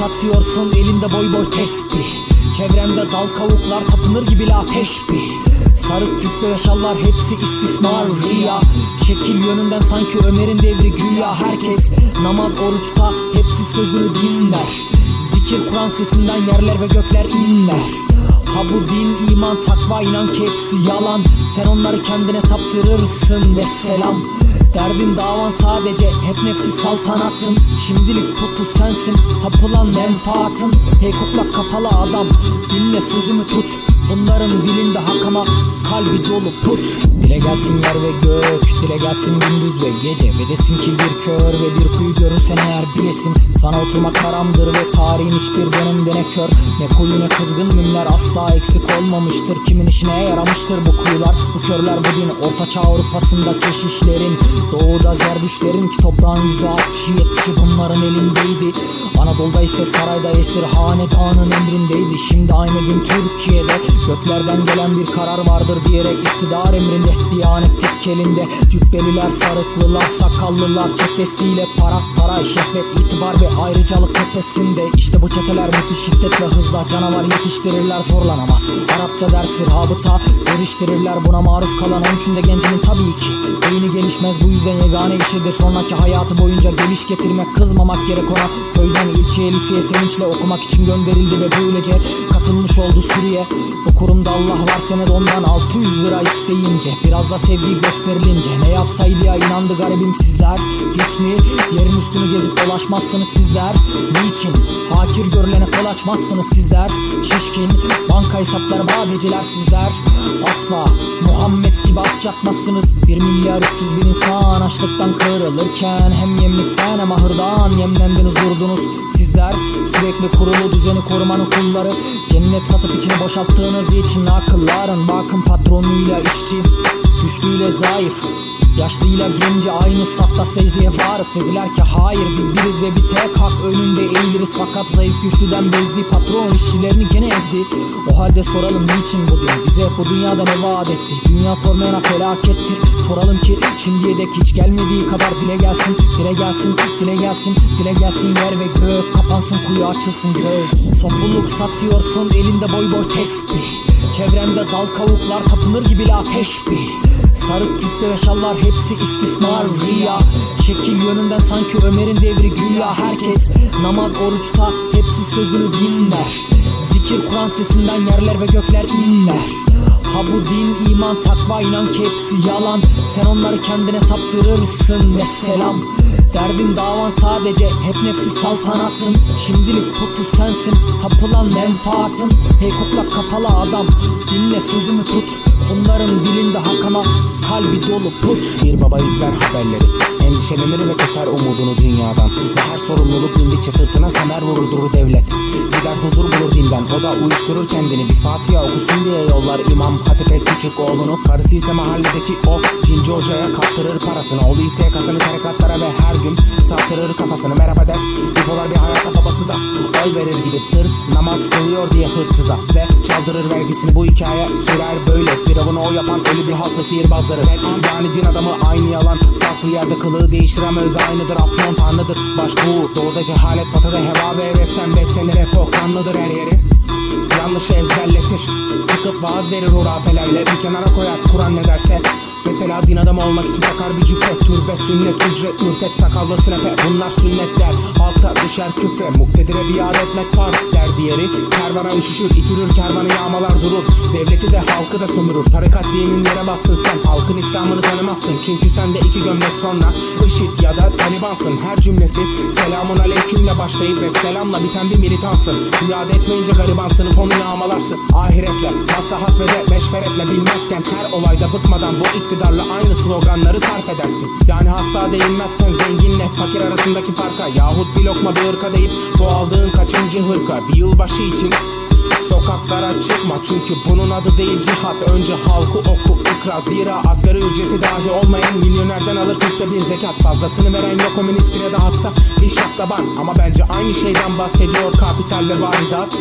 satıyorsun, elinde boy boy tesbih. Çevremde dal kavuklar, tapınır gibi la teşbih. Sarık cübbe ve şallar, hepsi istismar, riya. Şekil yönünden sanki Ömer'in devri güya. Herkes namaz oruçta, hepsi sözünü dinler. Zikir Kur'an sesinden yerler ve gökler inler. Ha bu din, iman, takva, inan ki hepsi yalan. Sen onları kendine taptırırsın ve selam. Derdin davan sadece, hep nefsi saltanatın. Şimdilik putu sensin, tapılan menfaatın. Hey kuklak kafalı adam, dinle sözümü tut. Bunların dilinde hak ama kalbi dolu put. Dile gelsin yer ve gök, dile gelsin gündüz ve gece. Ve desin ki bir kör ve bir kuyu görürsen eğer bilesin. Sana oturmak haramdır ve tarihin hiçbir dönemde ne kör ne kuyu ne kızgın mimler asla eksik olmamıştır. Kimin işine yaramıştır bu kuyular, bu körler bu din. Ortaçağ Avrupa'sında keşişlerin, doğuda zerdüşlerin ki toprağın %60'ı 70'i bunların elindeydi. Anadolu'da ise sarayda esir hanedanın emrindeydi. Şimdi aynı gün Türkiye'de göklerden gelen bir karar vardır diyerek iktidar emrinde, diyanet tek elinde. Cübbeliler, sarıklılar, sakallılar çetesiyle para, saray, şehvet, itibar ve ayrıcalık tepesinde. İşte bu çeteler müthiş şiddet ve hızla canavar yetiştirirler, zorlanamaz. Arapça dersi, rabıta eriştirirler buna maruz kalan 13'ünde gencinin tabii ki beyni gelişmez, bu yüzden yegane işidir sonraki hayatı boyunca geliş getirmek, kızmamak gerek ona. Köyden ilçeye, liseye sevinçle okumak için gönderildi ve böylece katılmış oldu Suriye. Bu kurumda Allah var, senede ondan 600 lira isteyince, biraz da sevgi gösterilince ne yapsaydı ya, inandı garibim sizler. Hiç mi yerin üstünü gezip dolaşmazsınız sizler? Niçin hakir görülene kol açmazsınız sizler? Şişkin banka hesapları badeciler sizler. Asla Muhammed gibi aç yatmazsınız. 1 milyar 300 bin insan açlıktan kırılırken hem yemlikten hem ahırdan yemlendiniz durdunuz sizler. Sürekli kurulu düzeni korumanın kulları, cennet satıp içini boşalttığınız için akılların. Bakın patronuyla işçi, güçlüyle zayıf, yaşlıyla genci aynı safta secdeye varıp dediler ki hayır biz biriz ve bir tek hak önünde eğiliriz. Fakat zayıf güçlüden bezdi, patron işçilerini gene ezdi. O halde soralım niçin bu din bize bu dünyada ne vaat etti? Dünya sormayana felakettir. Soralım ki şimdiye dek hiç gelmediği kadar dile gelsin, dile gelsin, dile gelsin, dile gelsin yer ve gök. Kapansın kuyu, açılsın göz. Sofuluk satıyorsun, elinde boy boy tesbih. Çevremde dal kavuklar, tapınır gibi la teşbih. Sarık cübbe ve şallar, hepsi istismar, riya. Şekil yönünden sanki Ömer'in devri güya. Herkes namaz oruçta, hepsi sözünü dinler. Zikir Kur'an sesinden yerler ve gökler inler. Ha bu din, iman, takva, inan ki hepsi yalan. Sen onları kendine taptırırsın ve selam. Derdin davan sadece, hep nefsi saltanatın. Şimdilik putu sensin, tapılan menfaatın. Hey kuklak kafalı adam, dinle sözümü tut. Bunların dilinde hak ama kalbi dolu put. Bir baba izler haberleri, endişelenir ve keser umudunu dünyadan. Ve her sorumluluk bindikçe sırtına semer vurur durur devlet. Gider huzur bulur dinden, o da uyuşturur kendini. Bir Fatiha okusun diye yollar İmam Hatip'e küçük oğlunu. Karısı ise mahalledeki o cinci hocaya kaptırır parasını. Oğlu ise yakasını tarikatlara ve her gün saptırır kafasını. Merhaba der, bipolar bir hayata, babası da oy verir gidip sırf namaz kılıyor diye hırsıza. Ve çaldırır vergisini, bu hikaye sürer böyle. Firavunu o yapan ölü bir halk ve sihirbazları. Yani din adamı aynı yalan, farklı yerde kılığı değiştir ama özü aynıdır. Afyon tanrıdır, baş bu. Doğuda cehalet, batıda heva ve hevesten beslenir. Hep o kanlıdır her yeri, yanlışı ezberletir. Çıkıp vaaz verir hurafelerle, bir kenara koyar Kur'an ne derse. Mesela din adamı olmak için takar bir cübbe, türbe, sünnet, ücret, mürtet, sakallı sünefe. Bunlar sünnetler, halkta düşer küfre. Muktedire biat etmek farz der diğeri. Kervana üşüşür, itirir kervanı, yağmalar durur. Devleti de halkı da sömürür. Tarikat dinin yere bassın sen, halkın İslam'ını tanımazsın. Çünkü sen de 2 gömlek sonra IŞİD ya da Talibansın. Her cümlesi selamun aleykümle başlayıp ve selamla biten bir militansın. Biat etmeyince garibansın, onu yağmalarsın. Ahiretle, maslahat ve de meşveretle bilmezken her olayda bıkmadan bu iktidarla aynı sloganları sarf edersin. Yani hasta değinmezken zenginle fakir arasındaki farka, yahut bir lokma bir ırka deyip bu aldığın kaçıncı hırka. Bir yılbaşı için sokaklara çıkma, çünkü bunun adı değil cihat. Önce halkı oku, ikra, zira asgari ücreti dahi olmayan milyonerden alır 1/40 zekat. Fazlasını veren yok, komünist ya da hasta bir şaklaban. Ama bence aynı şeyden bahsediyor kapital ve varidat.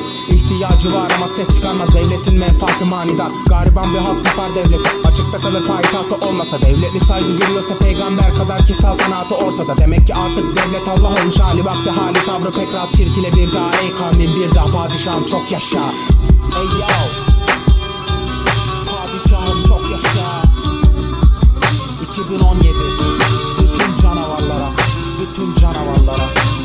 ihtiyacı var ama ses çıkarmaz. Devletin menfaati manidar. Gariban bir halk yapar devleti. Açıkta kalır payitahtı olmasa. Devletli saygı görüyorsa peygamber kadar ki saltanatı ortada. Demek ki artık devlet Allah olmuş, hali vakti hali tavrı pek rahat. Şirk ile bir daha ey kavmin bir daha padişahım çok yaşa. Ey yo, padişahım çok yaşa. 2017 bütün canavarlara